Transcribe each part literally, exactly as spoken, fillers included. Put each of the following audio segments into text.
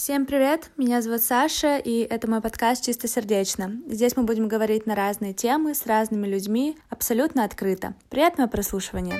Всем привет, меня зовут Саша, и это мой подкаст «Чистосердечно». Здесь мы будем говорить на разные темы с разными людьми, абсолютно открыто. Приятного прослушивания!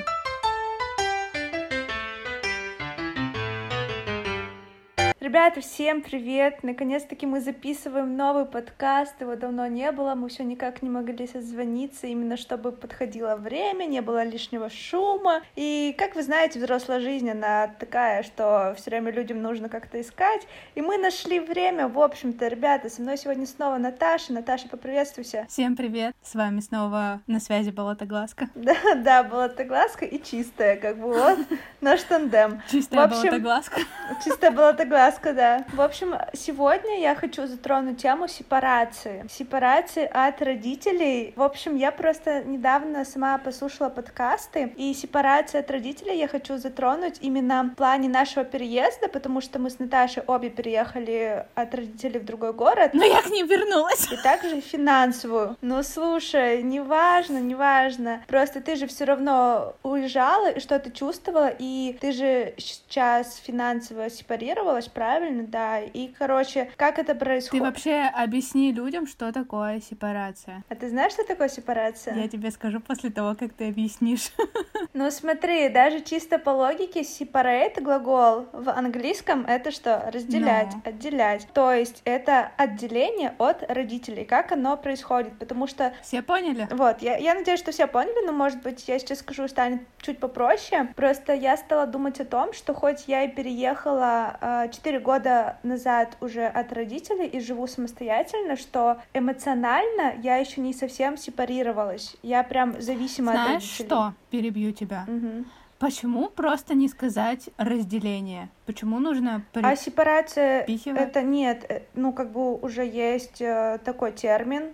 Ребята, всем привет! Наконец-таки мы записываем новый подкаст, его давно не было, мы все никак не могли созвониться, именно чтобы подходило время, не было лишнего шума. И, как вы знаете, взрослая жизнь, она такая, что все время людям нужно как-то искать, и мы нашли время. В общем-то, ребята, со мной сегодня снова Наташа. Наташа, поприветствуйся. Всем привет! С вами снова на связи Болотоглазка. Да, да, Болотоглазка и чистая, как бы вот наш тандем. Чистая Болотоглазка. Чистая Болотоглазка. Да. В общем, сегодня я хочу затронуть тему сепарации. Сепарации от родителей. В общем, я просто недавно сама послушала подкасты, и сепарация от родителей я хочу затронуть именно в плане нашего переезда, потому что мы с Наташей обе переехали от родителей в другой город. Но я к ним вернулась. И также финансовую. Ну, слушай, неважно, неважно. Просто ты же все равно уезжала, и что ты чувствовала, и ты же сейчас финансово сепарировалась, правильно, да, и, короче, как это происходит? Ты вообще объясни людям, что такое сепарация. А ты знаешь, что такое сепарация? Я тебе скажу после того, как ты объяснишь. Ну, смотри, даже чисто по логике separate глагол в английском это что? Разделять, No. отделять. То есть это отделение от родителей. Как оно происходит? Потому что... Все поняли? Вот, я, я надеюсь, что все поняли, но, может быть, я сейчас скажу, станет чуть попроще. Просто я стала думать о том, что хоть я и переехала четыре года назад уже от родителей и живу самостоятельно, что эмоционально я еще не совсем сепарировалась. Я прям зависима Знаешь, от родителей. Знаешь что? Перебью тебя. Угу. Почему просто не сказать разделение? Почему нужно... При... А сепарация, Пихивать? это нет, ну как бы уже есть такой термин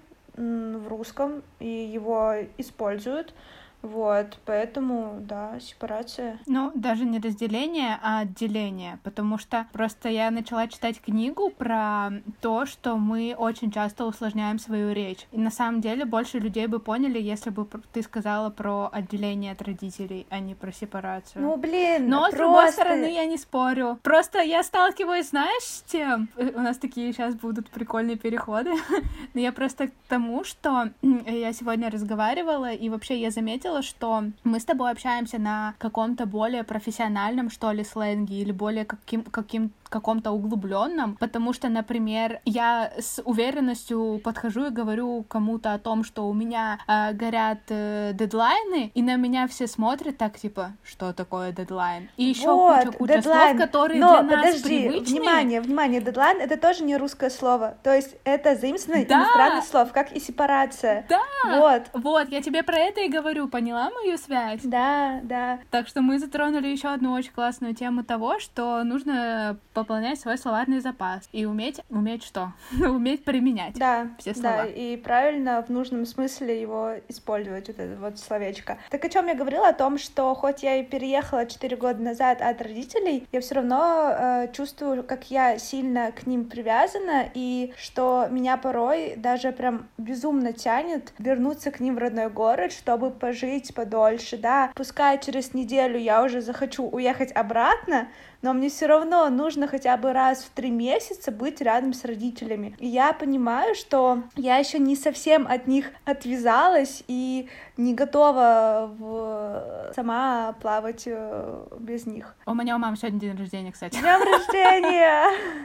в русском, и его используют. Вот, поэтому, да, сепарация. Ну, даже не разделение, а отделение, потому что просто я начала читать книгу про то, что мы очень часто усложняем свою речь. И на самом деле больше людей бы поняли, если бы ты сказала про отделение от родителей, а не про сепарацию. Ну, блин, Но, просто... с другой стороны, я не спорю. Просто я сталкиваюсь, знаешь, с тем... У нас такие сейчас будут прикольные переходы. Но я просто к тому, что я сегодня разговаривала, и вообще я заметила, что мы с тобой общаемся на каком-то более профессиональном, что ли, сленге или более каким, каким каком-то углубленном, потому что, например, я с уверенностью подхожу и говорю кому-то о том, что у меня э, горят э, дедлайны, и на меня все смотрят так, типа, что такое дедлайн? И еще вот, куча-куча слов, которые но, для нас подожди, привычные. Внимание, внимание, дедлайн — это тоже не русское слово, то есть это заимствование да. иностранных слов, как и сепарация. Да, вот. Вот, я тебе про это и говорю, поняла мою связь? Да, да. Так что мы затронули еще одну очень классную тему того, что нужно пополнять свой словарный запас и уметь, уметь что? уметь применять да, все слова. Да, и правильно в нужном смысле его использовать, вот это вот словечко. Так о чем я говорила? О том, что хоть я и переехала четыре года назад от родителей, я все равно э, чувствую, как я сильно к ним привязана, и что меня порой даже прям безумно тянет вернуться к ним в родной город, чтобы пожить подольше, да. Пускай через неделю я уже захочу уехать обратно, но мне все равно нужно хотя бы раз в три месяца быть рядом с родителями. И я понимаю, что я еще не совсем от них отвязалась и не готова в... сама плавать без них. У меня у мамы сегодня день рождения, кстати. С днем рождения!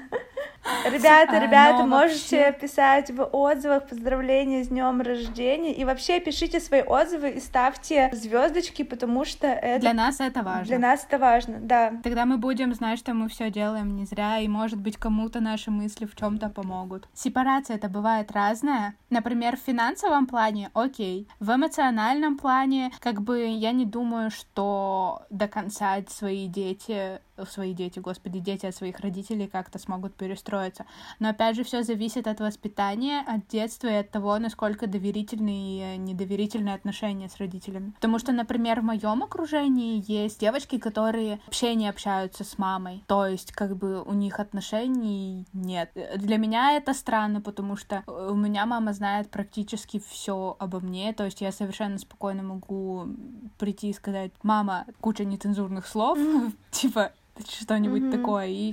Ребята, ребята, а, можете вообще... писать в отзывах поздравления с днем рождения. И вообще пишите свои отзывы и ставьте звездочки, потому что это... Для нас это важно. Для нас это важно, да. Тогда мы будем знать, что мы все делаем не зря, и, может быть, кому-то наши мысли в чем-то помогут. Сепарация это бывает разная. Например, в финансовом плане — окей. В эмоциональном плане, как бы, я не думаю, что до конца свои дети... свои дети, господи, дети от своих родителей как-то смогут перестроиться. Но опять же, все зависит от воспитания, от детства и от того, насколько доверительные и недоверительные отношения с родителями. Потому что, например, в моем окружении есть девочки, которые вообще не общаются с мамой. То есть, как бы, у них отношений нет. Для меня это странно, потому что у меня мама знает практически все обо мне. То есть я совершенно спокойно могу прийти и сказать: мама, куча нецензурных слов, типа что-нибудь mm-hmm. такое, и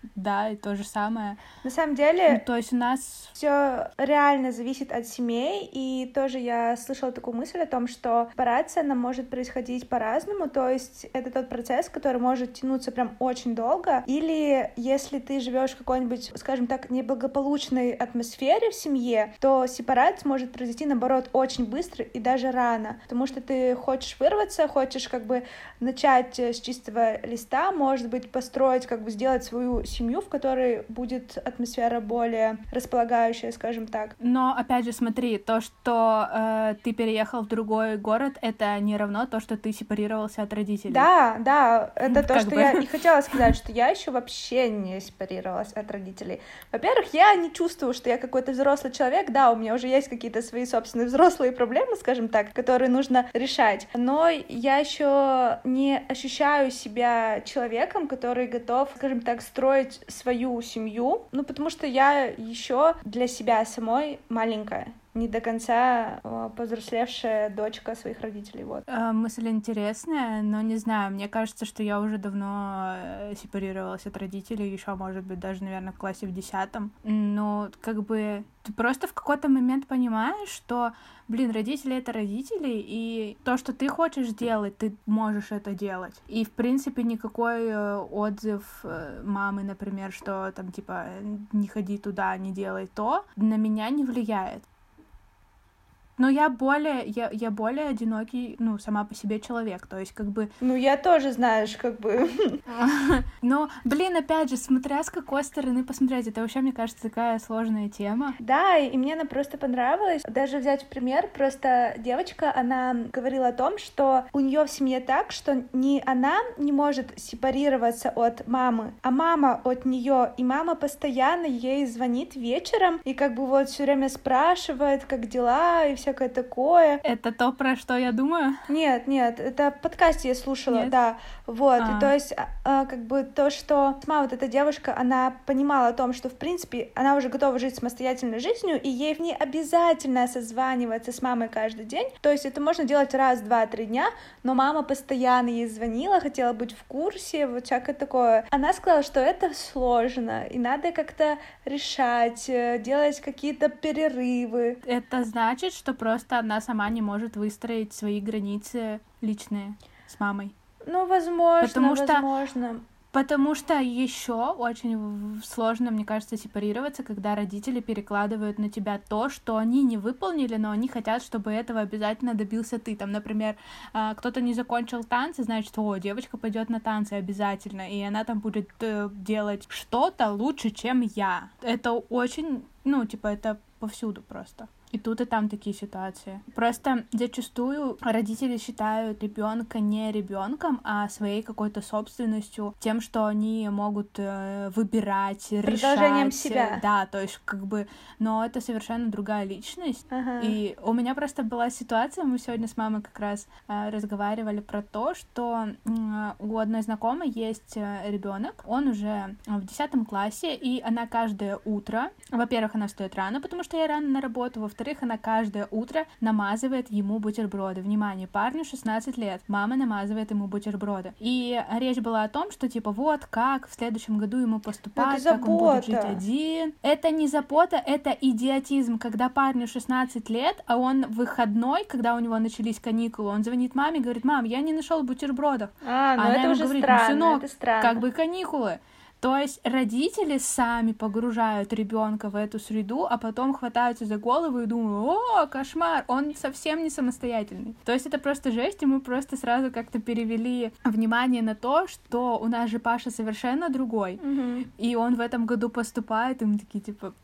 да, и то же самое. На самом деле, ну, то есть у нас все реально зависит от семей, и тоже я слышала такую мысль о том, что сепарация, она может происходить по-разному, то есть это тот процесс, который может тянуться прям очень долго, или если ты живешь в какой-нибудь, скажем так, неблагополучной атмосфере в семье, то сепарация может произойти, наоборот, очень быстро и даже рано, потому что ты хочешь вырваться, хочешь как бы начать с чистого листа, может быть, построить, как бы сделать свою семью, в которой будет атмосфера более располагающая, скажем так. Но, опять же, смотри, то, что э, ты переехал в другой город, это не равно то, что ты сепарировался от родителей. Да, да, это то, Как что бы. я и хотела сказать, что я еще вообще не сепарировалась от родителей. Во-первых, я не чувствую, что я какой-то взрослый человек, да, у меня уже есть какие-то свои собственные взрослые проблемы, скажем так, которые нужно решать, но я еще не ощущаю себя человеком, который готов, скажем так, строить свою семью, ну, потому что я еще для себя самой маленькая, не до конца повзрослевшая дочка своих родителей, вот. Мысль интересная, но не знаю, мне кажется, что я уже давно сепарировалась от родителей, еще, может быть, даже, наверное, в классе в десятом, но как бы ты просто в какой-то момент понимаешь, что, блин, родители — это родители, и то, что ты хочешь делать, ты можешь это делать. И, в принципе, никакой отзыв мамы, например, что там, типа, не ходи туда, не делай то, на меня не влияет. Но я более, я, я более одинокий, ну, сама по себе человек, то есть, как бы... Ну, я тоже, знаешь, как бы... Но, блин, опять же, смотря с какой стороны посмотреть, это вообще, мне кажется, такая сложная тема. Да, и мне она просто понравилась. Даже взять в пример, просто девочка, она говорила о том, что у нее в семье так, что не она не может сепарироваться от мамы, а мама от нее, и мама постоянно ей звонит вечером, и как бы вот все время спрашивает, как дела, и всякое такое. Это то, про что я думаю? Нет, нет, это в подкасте я слушала, нет? да, вот, а. и то есть, а, как бы то, что сама вот эта девушка, она понимала о том, что, в принципе, она уже готова жить самостоятельной жизнью, и ей не обязательно созваниваться с мамой каждый день, то есть это можно делать раз, два, три дня, но мама постоянно ей звонила, хотела быть в курсе, вот всякое такое. Она сказала, что это сложно, и надо как-то решать, делать какие-то перерывы. Это значит, что просто она сама не может выстроить свои границы личные с мамой. Ну, возможно, потому что, возможно. Потому что еще очень сложно, мне кажется, сепарироваться, когда родители перекладывают на тебя то, что они не выполнили, но они хотят, чтобы этого обязательно добился ты. Там, например, кто-то не закончил танцы, значит, о, девочка пойдет на танцы обязательно, и она там будет делать что-то лучше, чем я. Это очень, ну, типа, это повсюду просто. И тут и там такие ситуации. Просто зачастую родители считают ребенка не ребенком, а своей какой-то собственностью, тем, что они могут э, выбирать, решать. Продолжением себя. Да, то есть как бы, но это совершенно другая личность. Ага. И у меня просто была ситуация, мы сегодня с мамой как раз э, разговаривали про то, что э, у одной знакомой есть ребенок, он уже в десятом классе, и она каждое утро, во-первых, она встает рано, потому что я рано на работу, во-вторых, Во-вторых, она каждое утро намазывает ему бутерброды. Внимание, парню шестнадцать лет, мама намазывает ему бутерброды. И речь была о том, что типа вот как в следующем году ему поступать, как он будет жить один. Это не забота, это идиотизм, когда парню шестнадцать лет, а он выходной, когда у него начались каникулы, он звонит маме и говорит: мам, я не нашел бутербродов. А, ну а это она ему уже говорит: странно, ну, сынок, это странно. как бы каникулы. То есть родители сами погружают ребенка в эту среду, а потом хватаются за голову и думают: о, кошмар, он совсем не самостоятельный. То есть это просто жесть, и мы просто сразу как-то перевели внимание на то, что у нас же Паша совершенно другой, угу. и он в этом году поступает, и мы такие типа...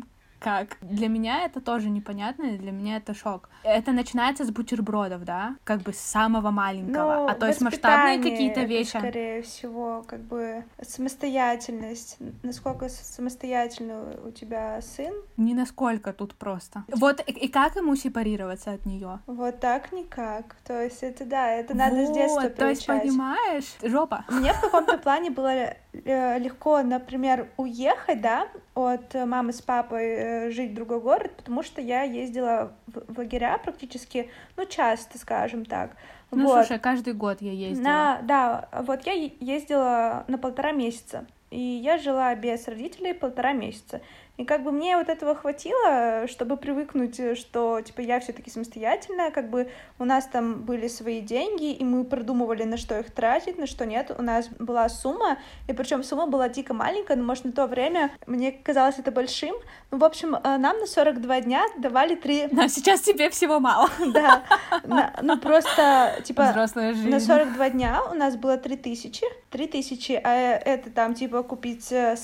Как? Для меня это тоже непонятно, для меня это шок. Это начинается с бутербродов, да? Как бы с самого маленького. Ну, а то есть масштабные какие-то вещи. Скорее всего, как бы самостоятельность. Насколько самостоятельный у тебя сын? Не насколько тут просто. Вот и, и как ему сепарироваться от нее? Вот так никак. То есть это да, это надо вот, с детства приучать. То есть, понимаешь, жопа. Мне в каком-то плане было легко, например, уехать, да, от мамы с папой жить в другой город, потому что я ездила в лагеря практически, ну, часто, скажем так. Ну, вот. слушай, каждый год я ездила. На, да, вот я ездила на полтора месяца. и я жила без родителей полтора месяца. И как бы мне вот этого хватило, чтобы привыкнуть, что, типа, я все-таки самостоятельная, как бы у нас там были свои деньги, и мы продумывали, на что их тратить, на что нет. У нас была сумма, и причем сумма была дико маленькая, но, может, на то время мне казалось это большим. Ну, в общем, нам на сорок два дня давали три... Но сейчас тебе всего мало. Да, ну, просто, типа, взрослая жизнь. На сорок два дня у нас было три тысячи, три тысячи, а это там, типа, купить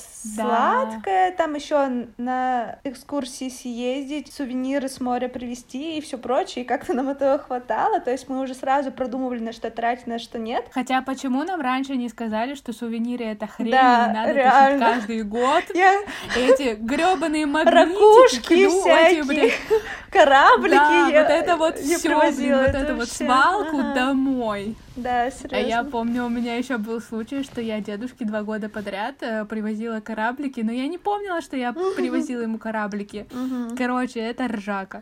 сладкое, да. Там еще на экскурсии съездить, сувениры с моря привезти и все прочее, и как-то нам этого хватало, то есть мы уже сразу продумывали, на что тратить, на что нет. Хотя почему нам раньше не сказали, что сувениры — это хрень, да, не надо реально. тащить каждый год? Я... Эти грёбаные магнитики, ракушки клювати, всякие, блин. Кораблики. Да, я... вот это вот я всё, блин, вот эту вот вообще. свалку ага. домой. Да, серьезно. А я помню, у меня еще был случай, что я дедушке два года подряд э, привозила кораблики, но я не помнила, что я привозила ему кораблики. Короче, это ржака.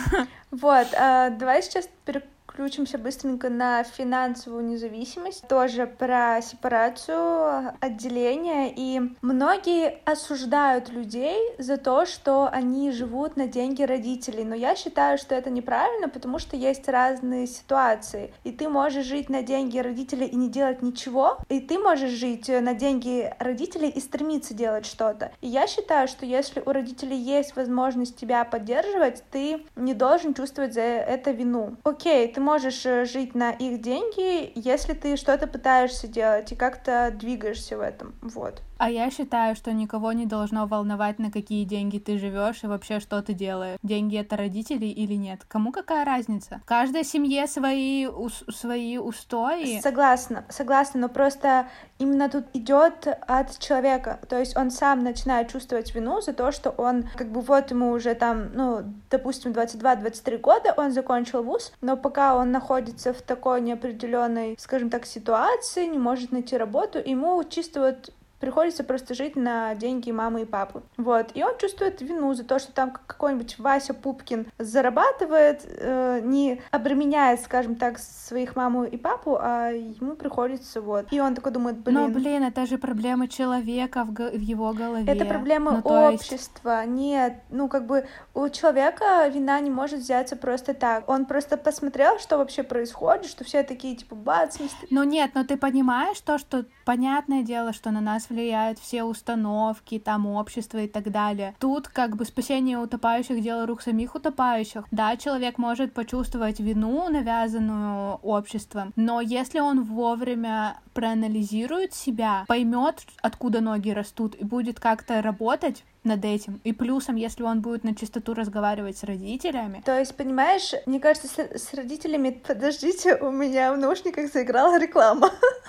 Вот, э, давай сейчас переключимся быстренько на финансовую независимость, тоже про сепарацию, отделение, и многие осуждают людей за то, что они живут на деньги родителей, но я считаю, что это неправильно, потому что есть разные ситуации, и ты можешь жить на деньги родителей и не делать ничего, и ты можешь жить на деньги родителей и стремиться делать что-то, и я считаю, что если у родителей есть возможность тебя поддерживать, ты не должен чувствовать за это вину. Окей, ты можешь жить на их деньги, если ты что-то пытаешься делать и как-то двигаешься в этом, вот. А я считаю, что никого не должно волновать, на какие деньги ты живешь и вообще что ты делаешь. Деньги — это родители или нет? Кому какая разница? В каждой семье свои, ус- свои устои. Согласна, согласна, но просто именно тут идет от человека. То есть он сам начинает чувствовать вину за то, что он, как бы вот ему уже там, ну, допустим, двадцать два - двадцать три года, он закончил вуз, но пока он находится в такой неопределенной, скажем так, ситуации, не может найти работу, ему чисто вот приходится просто жить на деньги мамы и папы. Вот. И он чувствует вину за то, что там какой-нибудь Вася Пупкин зарабатывает, э, не обременяет, скажем так, своих маму и папу, а ему приходится вот. И он такой думает, блин... Но, блин, это же проблема человека в, го- в его голове. Это проблема ну, общества. Есть... Нет, ну как бы у человека вина не может взяться просто так. Он просто посмотрел, что вообще происходит, что все такие, типа, бац... Ну нет, но ты понимаешь то, что понятное дело, что на нас влияют все установки, там, общество и так далее. Тут как бы спасение утопающих — дело рук самих утопающих. Да, человек может почувствовать вину, навязанную обществом, но если он вовремя проанализирует себя, поймет, откуда ноги растут, и будет как-то работать над этим. И плюсом, если он будет на чистоту разговаривать с родителями. То есть, понимаешь, мне кажется, с, с родителями... Подождите, у меня в наушниках заиграла реклама.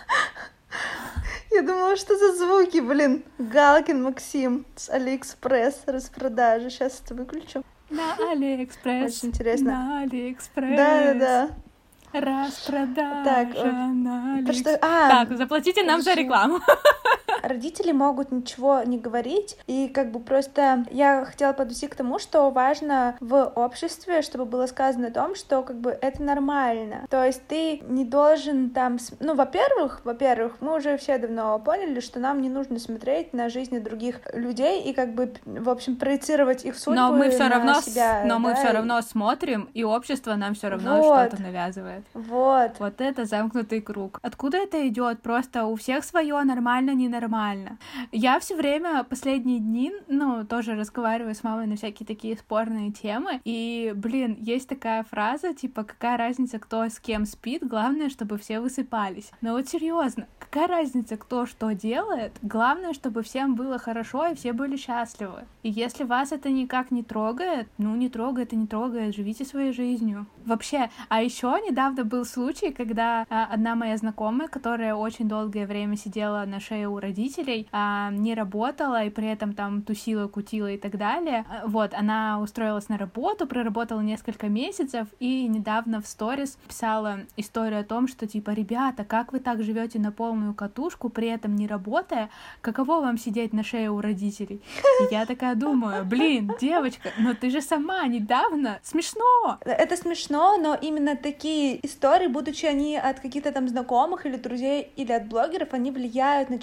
Я думала, что за звуки, блин. Галкин Максим с Алиэкспресс, распродажа. Сейчас это выключу. На Алиэкспресс. Очень интересно. На Алиэкспресс. Да-да-да. Распродажа так, на Алиэкспресс. Что... А, так, заплатите нам за рекламу. Родители могут ничего не говорить, и как бы просто я хотела подвести к тому, что важно в обществе, чтобы было сказано о том, что как бы это нормально. То есть ты не должен там... Ну, во-первых, во-первых, мы уже все давно поняли, что нам не нужно смотреть на жизни других людей и как бы, в общем, проецировать их судьбы но мы все на равно, себя. Но да? мы все равно смотрим, и общество нам все равно вот. что-то навязывает. Вот. Вот это замкнутый круг. Откуда это идет? Просто у всех свое нормально, ненормально. Я все время последние дни, ну, тоже разговариваю с мамой на всякие такие спорные темы, и, блин, есть такая фраза, типа, какая разница, кто с кем спит, главное, чтобы все высыпались. Но вот серьезно, какая разница, кто что делает, главное, чтобы всем было хорошо и все были счастливы. И если вас это никак не трогает, ну, не трогает и не трогает, живите своей жизнью. Вообще, а еще недавно был случай, когда а, одна моя знакомая, которая очень долгое время сидела на шее у родителей, а, не работала и при этом там тусила, кутила и так далее. Вот, она устроилась на работу, проработала несколько месяцев и недавно в сторис писала историю о том, что типа, ребята, как вы так живете на полную катушку, при этом не работая, каково вам сидеть на шее у родителей? И я такая думаю, блин, девочка, но ты же сама недавно, смешно! Это смешно, но именно такие истории, будучи они от каких-то там знакомых или друзей, или от блогеров, они влияют на человека.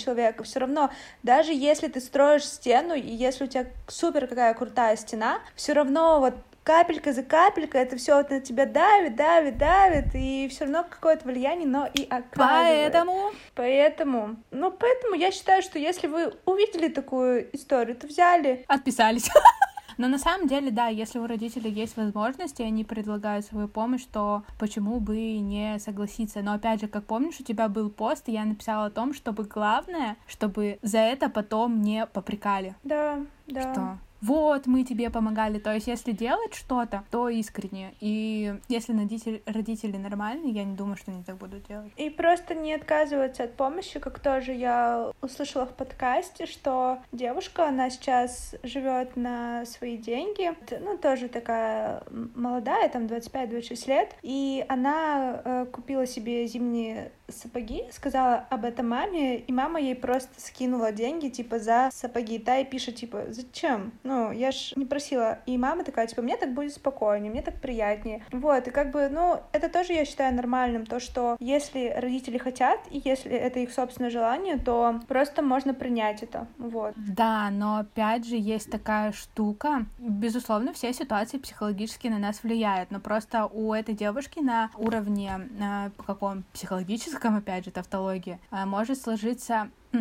все равно, даже если ты строишь стену, и если у тебя супер какая крутая стена, все равно вот капелька за капелькой это все вот на тебя давит, давит, давит, и все равно какое-то влияние, но и оказывает. Поэтому... Поэтому, ну, поэтому я считаю, что если вы увидели такую историю, то взяли... Отписались. Но на самом деле, да, если у родителей есть возможности, они предлагают свою помощь, то почему бы не согласиться? Но опять же, как помнишь, у тебя был пост, и я написала о том, чтобы главное, чтобы за это потом не попрекали. Да, да. Что? Вот, мы тебе помогали. То есть, если делать что-то, то искренне. И если родители, родители нормальные, я не думаю, что они так будут делать. И просто не отказываться от помощи, как тоже я услышала в подкасте, что девушка, она сейчас живет на свои деньги, ну, тоже такая молодая, там, двадцать пять - двадцать шесть лет, и она э, купила себе зимние сапоги, сказала об этом маме, и мама ей просто скинула деньги, типа, за сапоги. Та и пишет, типа, зачем? Ну, я ж не просила. И мама такая, типа, мне так будет спокойнее, мне так приятнее. Вот, и как бы, ну, это тоже я считаю нормальным, то, что если родители хотят, и если это их собственное желание, то просто можно принять это, вот. Да, но опять же есть такая штука, безусловно, все ситуации психологически на нас влияют, но просто у этой девушки на уровне э, каком психологическом, опять же, тавтологии, э, может сложиться э,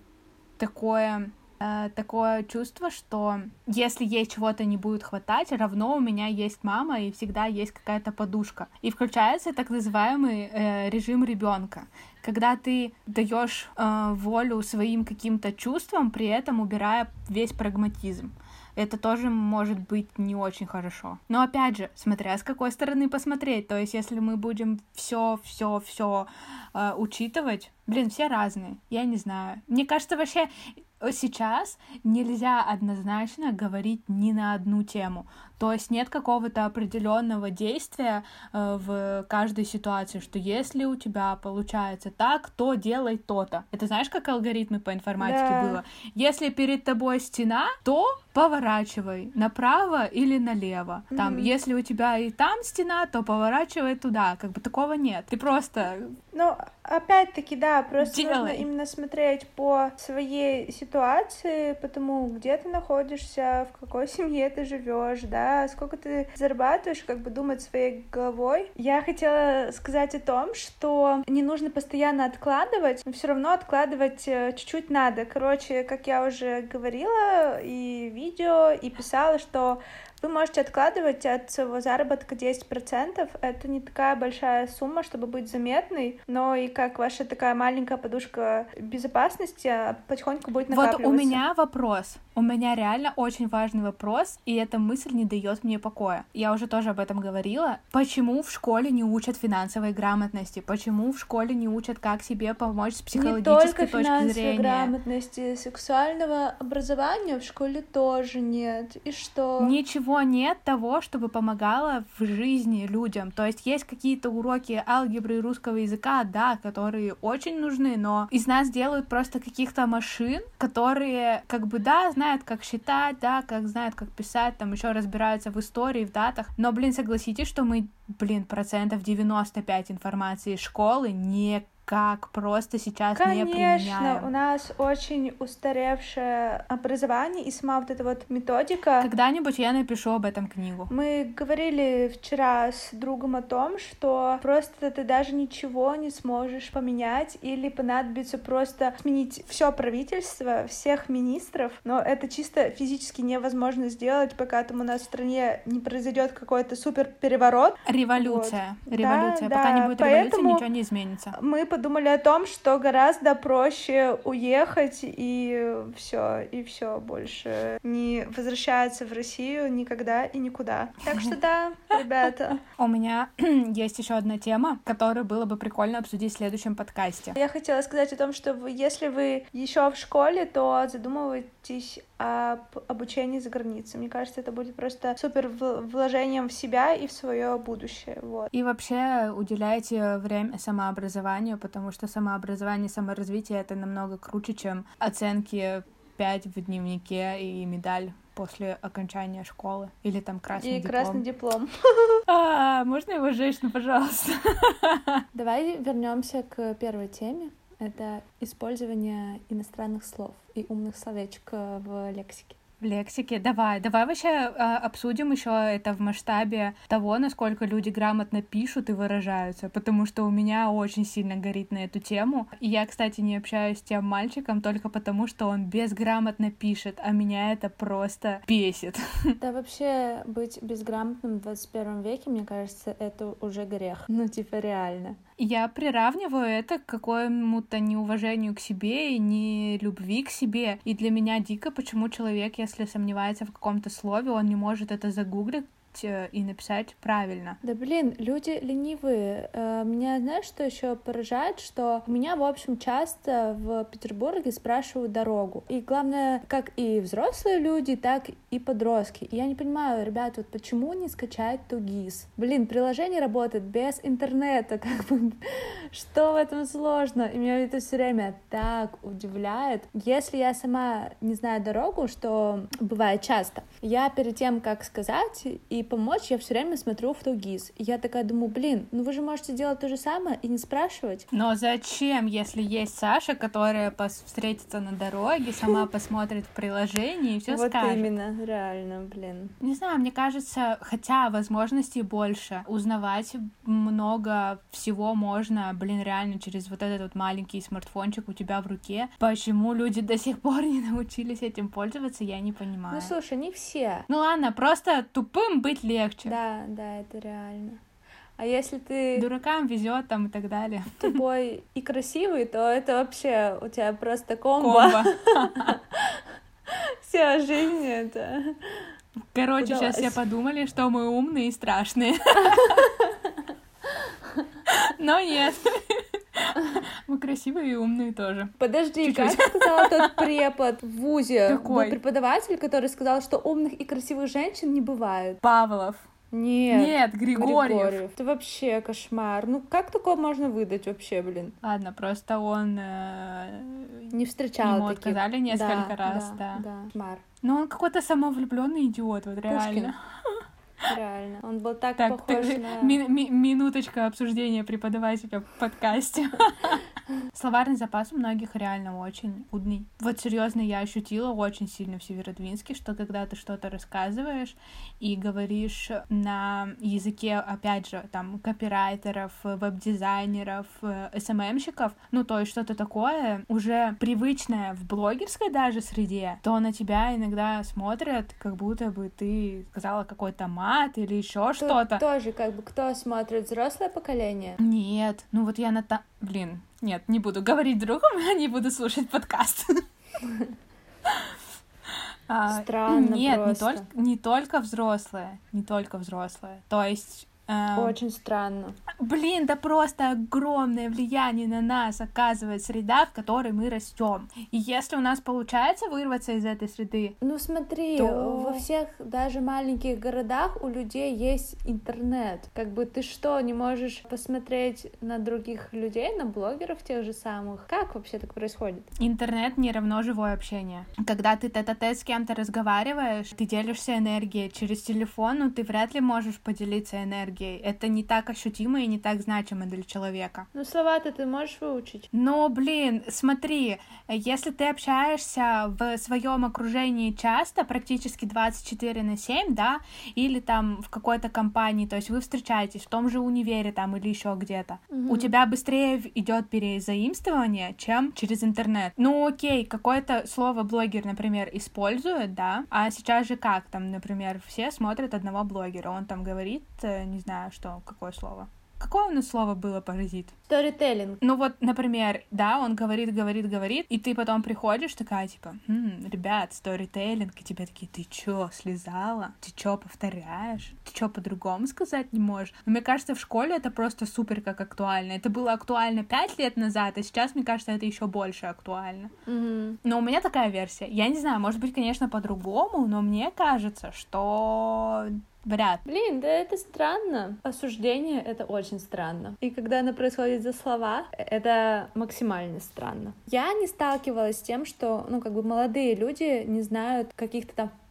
такое... такое чувство, что если ей чего-то не будет хватать, равно у меня есть мама и всегда есть какая-то подушка. И включается так называемый э, режим ребенка, когда ты даешь э, волю своим каким-то чувствам, при этом убирая весь прагматизм. Это тоже может быть не очень хорошо. Но опять же, смотря с какой стороны посмотреть. То есть, если мы будем все, все, все э, учитывать, блин, все разные. Я не знаю. Мне кажется, вообще сейчас нельзя однозначно говорить ни на одну тему. То есть нет какого-то определенного действия э, в каждой ситуации, что если у тебя получается так, то делай то-то. Это знаешь, как алгоритмы по информатике Да. было? Если перед тобой стена, то поворачивай направо или налево. Mm-hmm. Там, если у тебя и там стена, то поворачивай туда. Как бы такого нет. Ты просто... Ну, опять-таки, да, просто Делай. нужно именно смотреть по своей ситуации, потому где ты находишься, в какой семье ты живешь, да, сколько ты зарабатываешь, как бы думать своей головой. Я хотела сказать о том, что не нужно постоянно откладывать, но все равно откладывать чуть-чуть надо. Короче, как я уже говорила и в видео, и писала, что вы можете откладывать от своего заработка десять процентов. Это не такая большая сумма, чтобы быть заметной, но и как ваша такая маленькая подушка безопасности потихоньку будет накапливаться. Вот у меня вопрос. У меня реально очень важный вопрос, и эта мысль не дает мне покоя. Я уже тоже об этом говорила. Почему в школе не учат финансовой грамотности? Почему в школе не учат, как себе помочь с психологической точки зрения? Не только финансовой грамотности, сексуального образования в школе тоже нет. И что? Ничего нет того, чтобы помогало в жизни людям. То есть есть какие-то уроки алгебры и русского языка, да, которые очень нужны, но из нас делают просто каких-то машин, которые как бы, да, знают, как считать, да, как знают, как писать, там еще разбираются в истории, в датах. Но, блин, согласитесь, что мы, блин, процентов девяносто пять информации из школы не как просто сейчас Конечно, не применяем. Конечно, у нас очень устаревшее образование и сама вот эта вот методика. Когда-нибудь я напишу об этом книгу. Мы говорили вчера с другом о том, что просто ты даже ничего не сможешь поменять или понадобится просто сменить все правительство, всех министров, но это чисто физически невозможно сделать, пока там у нас в стране не произойдет какой-то супер переворот. Революция. Вот. Революция. Да, Пока да. не будет Поэтому революции, ничего не изменится. Мы подумали о том, что гораздо проще уехать и все, и все больше не возвращаться в Россию никогда и никуда. Так что да, ребята. У меня есть еще одна тема, которую было бы прикольно обсудить в следующем подкасте. Я хотела сказать о том, что вы, если вы еще в школе, то задумывайтесь об обучении за границей. Мне кажется, это будет просто супер вложением в себя и в свое будущее. Вот. И вообще уделяйте время самообразованию, потому что самообразование, саморазвитие — это намного круче, чем оценки пять в дневнике и медаль после окончания школы. Или там красный и диплом. И красный диплом. А, можно его сжечь, ну, пожалуйста? Давай вернемся к первой теме. Это использование иностранных слов и умных словечек в лексике. В лексике. Давай, давай вообще э, обсудим еще это в масштабе того, насколько люди грамотно пишут и выражаются, потому что у меня очень сильно горит на эту тему. И я, кстати, не общаюсь с тем мальчиком только потому, что он безграмотно пишет, а меня это просто бесит. Да, вообще быть безграмотным в двадцать первом веке, мне кажется, это уже грех. Ну, типа, реально. Я приравниваю это к какому-то неуважению к себе и не любви к себе. И для меня дико, почему человек, если сомневается в каком-то слове, он не может это загуглить и написать правильно. Да блин, люди ленивые. Меня, знаешь, что еще поражает, что меня, в общем, часто в Петербурге спрашивают дорогу. И главное, как и взрослые люди, так и подростки. И я не понимаю, ребят, вот почему не скачать Тугис? Блин, приложение работает без интернета, как бы, что в этом сложно? И меня это все время так удивляет. Если я сама не знаю дорогу, что бывает часто, я перед тем, как сказать и помочь, я все время смотрю в Тугис. И я такая думаю, блин, ну вы же можете делать то же самое и не спрашивать. Но зачем, если есть Саша, которая пос- встретится на дороге, сама посмотрит в приложении и все вот скажет. Вот именно, реально, блин. Не знаю, мне кажется, хотя возможностей больше, узнавать много всего можно, блин, реально через вот этот вот маленький смартфончик у тебя в руке. Почему люди до сих пор не научились этим пользоваться, я не понимаю. Ну слушай, не все. Ну ладно, просто тупым быть легче. Да, да, это реально. А если ты... Дуракам везет там и так далее. Тупой и красивый, то это вообще у тебя просто комбо. Комбо. Вся жизнь это... Короче, удалась. Сейчас все подумали, что мы умные и страшные. Но нет. Мы красивые и умные тоже. Подожди, чуть-чуть. Как сказал тот препод в вузе? Какой? Был преподаватель, который сказал, что умных и красивых женщин не бывает. Павлов. Нет. Нет, Григорьев. Григорьев. Это вообще кошмар. Ну как такое можно выдать вообще, блин? Ладно, просто он... Э... Не встречал Ему таких. отказали несколько да, раз, да. да. да. Кошмар. Ну он какой-то самовлюбленный идиот, вот реально. Пушкин. Реально. Он был так, так похож ты... на... Ми- ми- минуточка обсуждения преподавателя в подкасте. Словарный запас у многих реально очень удный. Вот серьезно, я ощутила очень сильно в Северодвинске, что когда ты что-то рассказываешь и говоришь на языке, опять же, там, копирайтеров, веб-дизайнеров, эс эм эм-щиков, ну, то есть что-то такое уже привычное в блогерской даже среде, то на тебя иногда смотрят, как будто бы ты сказала какой-то мат или еще что-то. Тоже, как бы, кто смотрит, взрослое поколение? Нет, ну вот я на та... Блин, нет, не буду говорить другу, я не буду слушать подкаст. Странно Нет, просто. не только, не только взрослые, не только взрослые. То есть... Э, Очень странно. Блин, да просто огромное влияние на нас оказывает среда, в которой мы растем. И если у нас получается вырваться из этой среды... Ну смотри, то... во всех даже маленьких городах у людей есть интернет. Как бы ты что, не можешь посмотреть на других людей, на блогеров тех же самых? Как вообще так происходит? Интернет не равно живое общение. Когда ты тет-а-тет с кем-то разговариваешь, ты делишься энергией через телефон, ну ты вряд ли можешь поделиться энергией. Это не так ощутимо и не так значимо для человека. Ну, слова-то ты можешь выучить. Но, блин, смотри, если ты общаешься в своем окружении часто, практически двадцать четыре на семь, да, или там в какой-то компании, то есть вы встречаетесь в том же универе там или еще где-то, угу. У тебя быстрее идет перезаимствование, чем через интернет. Ну, окей, какое-то слово блогер, например, использует, да, а сейчас же как там, например, все смотрят одного блогера, он там говорит, не знаю, что, какое слово. Какое у нас слово было паразит? Сторителлинг. Ну вот, например, да, он говорит, говорит, говорит, и ты потом приходишь такая, типа, хм, ребят, сторителлинг, и тебе такие, ты чё, слезала? Ты чё, повторяешь? Ты чё, по-другому сказать не можешь? Но мне кажется, в школе это просто супер как актуально. Это было актуально пять лет назад, а сейчас, мне кажется, это еще больше актуально. Mm-hmm. Но у меня такая версия. Я не знаю, может быть, конечно, по-другому, но мне кажется, что... Вряд. Блин, да это странно. Осуждение — это очень странно. И когда оно происходит за слова, это максимально странно. Я не сталкивалась с тем, что, ну, как бы молодые люди не знают каких-то там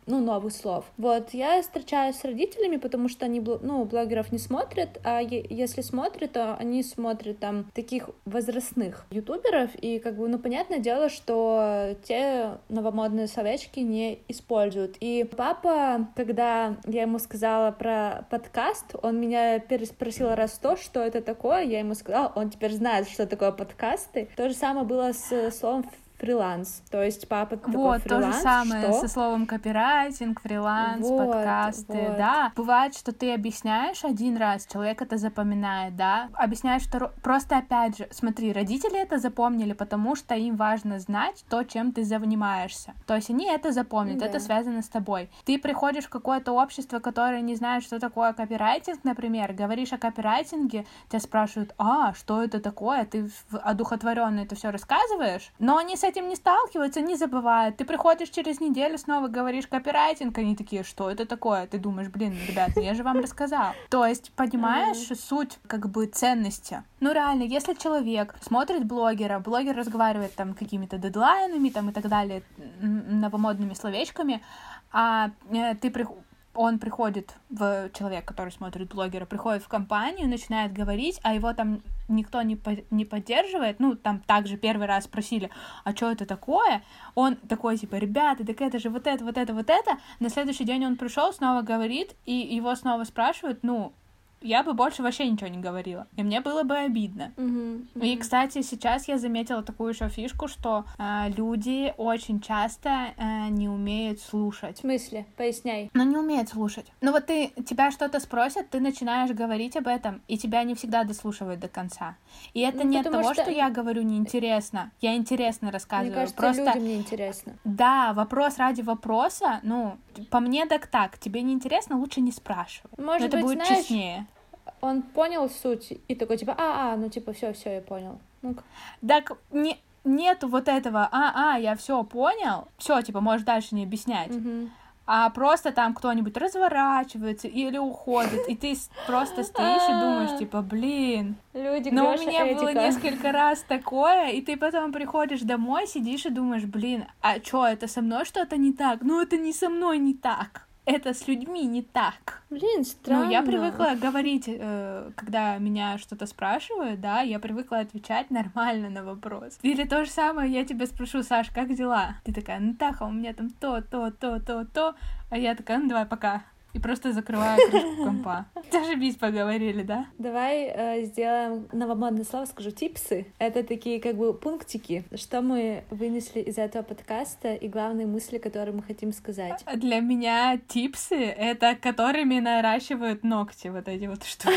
ну, новых слов. Вот, я встречаюсь с родителями, потому что они, ну, блогеров не смотрят, а если смотрят, то они смотрят там таких возрастных ютуберов, и как бы, ну, понятное дело, что те новомодные словечки не используют. И папа, когда я ему сказала про подкаст, он меня переспросил раз сто, что это такое, я ему сказала, он теперь знает, что такое подкасты. То же самое было с словом фриланс, то есть папа такой вот, фриланс, то же самое что? Со словом копирайтинг, фриланс, вот, подкасты, вот. да. Бывает, что ты объясняешь один раз, человек это запоминает, да, объясняешь второй, просто опять же, смотри, родители это запомнили, потому что им важно знать то, чем ты занимаешься, то есть они это запомнят, да. Это связано с тобой. Ты приходишь в какое-то общество, которое не знает, что такое копирайтинг, например, говоришь о копирайтинге, тебя спрашивают, а, что это такое, ты одухотворенно это все рассказываешь, но они с этим не сталкиваются, не забывают. Ты приходишь через неделю, снова говоришь копирайтинг, они такие, что это такое? Ты думаешь, блин, ребят, я же вам рассказал. То есть, понимаешь, mm-hmm. суть как бы ценности. Ну реально, если человек смотрит блогера, блогер разговаривает там какими-то дедлайнами там и так далее, новомодными словечками, а ты приходишь, он приходит в человек, который смотрит блогера, приходит в компанию, начинает говорить, а его там никто не, по- не поддерживает, ну, там также первый раз спросили, а что это такое? Он такой, типа, ребята, так это же вот это, вот это, вот это. На следующий день он пришел, снова говорит, и его снова спрашивают, ну, я бы больше вообще ничего не говорила, и мне было бы обидно. Uh-huh, uh-huh. И, кстати, сейчас я заметила такую еще фишку, что э, люди очень часто э, не умеют слушать. В смысле? Поясняй. Ну, не умеют слушать. Ну, вот ты, тебя что-то спросят, ты начинаешь говорить об этом, и тебя не всегда дослушивают до конца. И это ну, не от того, что... что я говорю неинтересно. Я интересно рассказываю. Мне кажется, просто... людям неинтересно. Да, вопрос ради вопроса, ну, по мне так так. Тебе неинтересно, лучше не спрашивай. Может это быть, будет знаешь... честнее. Он понял суть и такой, типа, а, а, ну, типа, все, все, я понял. Ну-ка. Так, не, нету вот этого, а, а, я все понял, все, типа, можешь дальше не объяснять. Mm-hmm. А просто там кто-нибудь разворачивается или уходит, и ты просто стоишь и думаешь, типа, блин. Люди, но у меня было несколько раз такое, и ты потом приходишь домой, сидишь и думаешь, блин, а чё, это со мной что-то не так? Ну, это не со мной не так. Это с людьми не так. Блин, странно. Ну, я привыкла говорить, э, когда меня что-то спрашивают, да, я привыкла отвечать нормально на вопрос. Или то же самое, я тебя спрошу, Саш, как дела? Ты такая, Натаха, у меня там то, то, то, то, то. А я такая, ну, давай, пока. И просто закрываю крышку компа. Зашибись, поговорили, да? Давай э, сделаем новомодное слово, скажу, типсы. Это такие как бы пунктики, что мы вынесли из этого подкаста и главные мысли, которые мы хотим сказать. Для меня типсы — это которыми наращивают ногти, вот эти вот штуки.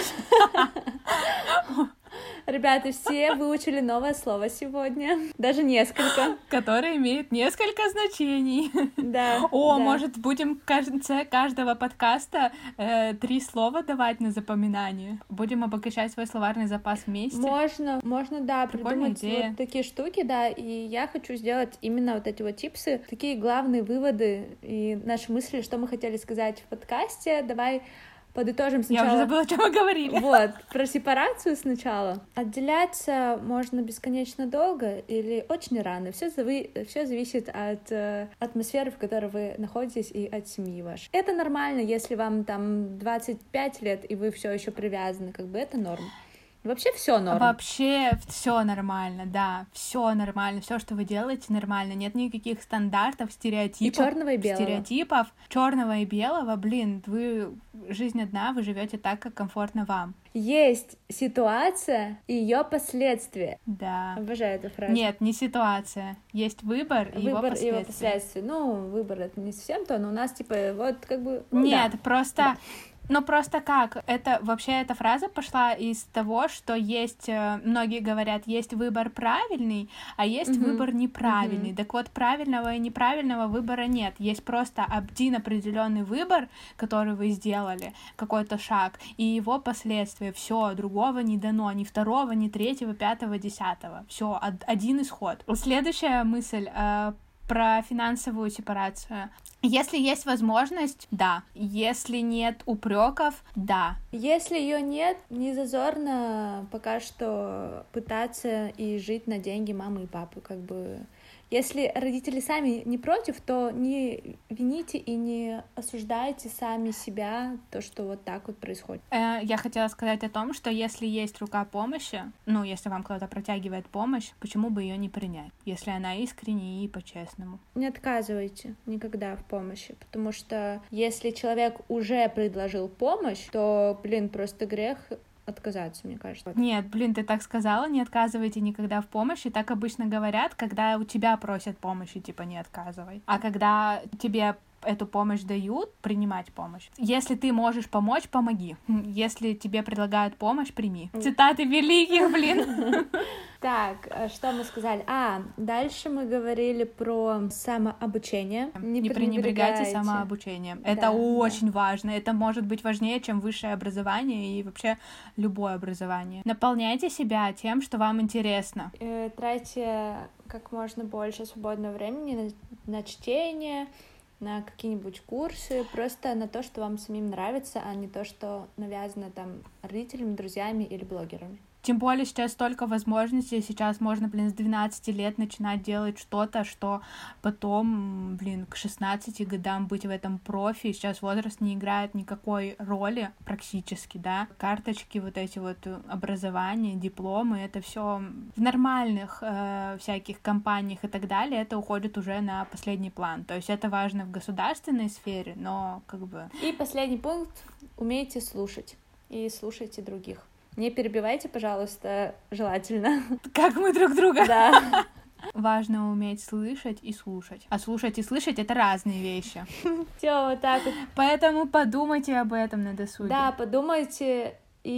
Ребята, все выучили новое слово сегодня, даже несколько. Которое имеет несколько значений. Да. О, да. может, будем в конце каждого подкаста э, три слова давать на запоминание? Будем обогащать свой словарный запас вместе? Можно, можно, да, Прикольная придумать идея. Вот такие штуки, да, и я хочу сделать именно вот эти вот типсы, такие главные выводы и наши мысли, что мы хотели сказать в подкасте. Давай подытожим сначала. Я уже забыла, о чем мы говорили. Вот, про сепарацию сначала. Отделяться можно бесконечно долго или очень рано. Все, зави... Все зависит от э, атмосферы, в которой вы находитесь, и от семьи вашей. Это нормально, если вам там двадцать пять лет, и вы все еще привязаны, как бы это норм. Вообще все норм. Вообще все нормально, да, все нормально, все, что вы делаете, нормально. Нет никаких стандартов, стереотипов. И черного и белого. Стереотипов черного и белого. Блин, вы жизнь одна, вы живете так, как комфортно вам. Есть ситуация и ее последствия. Да. Обожаю эту фразу. Нет, не ситуация. Есть выбор и выбор его последствия. Его последствия. Ну, выбор это не совсем то, но у нас типа вот как бы. Ну, Нет, да. просто. Да. Ну, просто как? Это вообще эта фраза пошла из того, что есть, многие говорят, есть выбор правильный, а есть uh-huh. выбор неправильный. Uh-huh. Так вот, правильного и неправильного выбора нет. Есть просто один определенный выбор, который вы сделали, какой-то шаг, и его последствия. Все, другого не дано, ни второго, ни третьего, пятого, десятого. Все, один исход. Следующая мысль э, про финансовую сепарацию. Если есть возможность, да. Если нет упреков, да. Если ее нет, не зазорно пока что пытаться и жить на деньги мамы и папы, как бы. Если родители сами не против, то не вините и не осуждайте сами себя, то, что вот так вот происходит. Э, я хотела сказать о том, что если есть рука помощи, ну, если вам кто-то протягивает помощь, почему бы ее не принять, если она искренне и по-честному? Не отказывайте никогда в помощи, потому что если человек уже предложил помощь, то, блин, просто грех отказаться, мне кажется. Нет, блин, ты так сказала, не отказывайте никогда в помощи. Так обычно говорят, когда у тебя просят помощи, типа, не отказывай. А когда тебе эту помощь дают, принимать помощь. Если ты можешь помочь, помоги. Если тебе предлагают помощь, прими. Цитаты великих, блин. Так, что мы сказали? А, дальше мы говорили про самообучение. Не, не пренебрегайте самообучением. Это да, очень да. важно. Это может быть важнее, чем высшее образование и вообще любое образование. Наполняйте себя тем, что вам интересно. Э, тратьте как можно больше свободного времени на, на чтение, на какие-нибудь курсы, просто на то, что вам самим нравится, а не то, что навязано там родителями, друзьями или блогерами. Тем более сейчас столько возможностей, сейчас можно, блин, с двенадцати лет начинать делать что-то, что потом, блин, к шестнадцати годам быть в этом профи. Сейчас возраст не играет никакой роли практически, да. Карточки, вот эти вот образования, дипломы, это все в нормальных э, всяких компаниях и так далее, это уходит уже на последний план. То есть это важно в государственной сфере, но как бы... И последний пункт. Умейте слушать и слушайте других. Не перебивайте, пожалуйста, желательно. Как мы друг друга. Да. Важно уметь слышать и слушать. А слушать и слышать — это разные вещи. Всё, вот так вот. Поэтому подумайте об этом на досуге. Да, подумайте.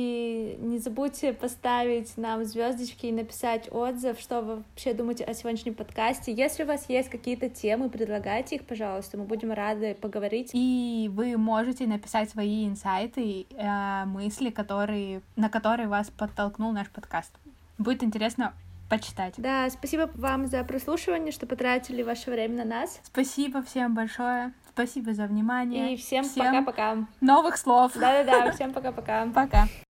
И не забудьте поставить нам звездочки и написать отзыв, что вы вообще думаете о сегодняшнем подкасте. Если у вас есть какие-то темы, предлагайте их, пожалуйста, мы будем рады поговорить. И вы можете написать свои инсайты, э, мысли, которые, на которые вас подтолкнул наш подкаст. Будет интересно почитать. Да, спасибо вам за прослушивание, что потратили ваше время на нас. Спасибо всем большое. Спасибо за внимание. И всем пока-пока. Новых слов. Да-да-да, всем пока-пока. Пока.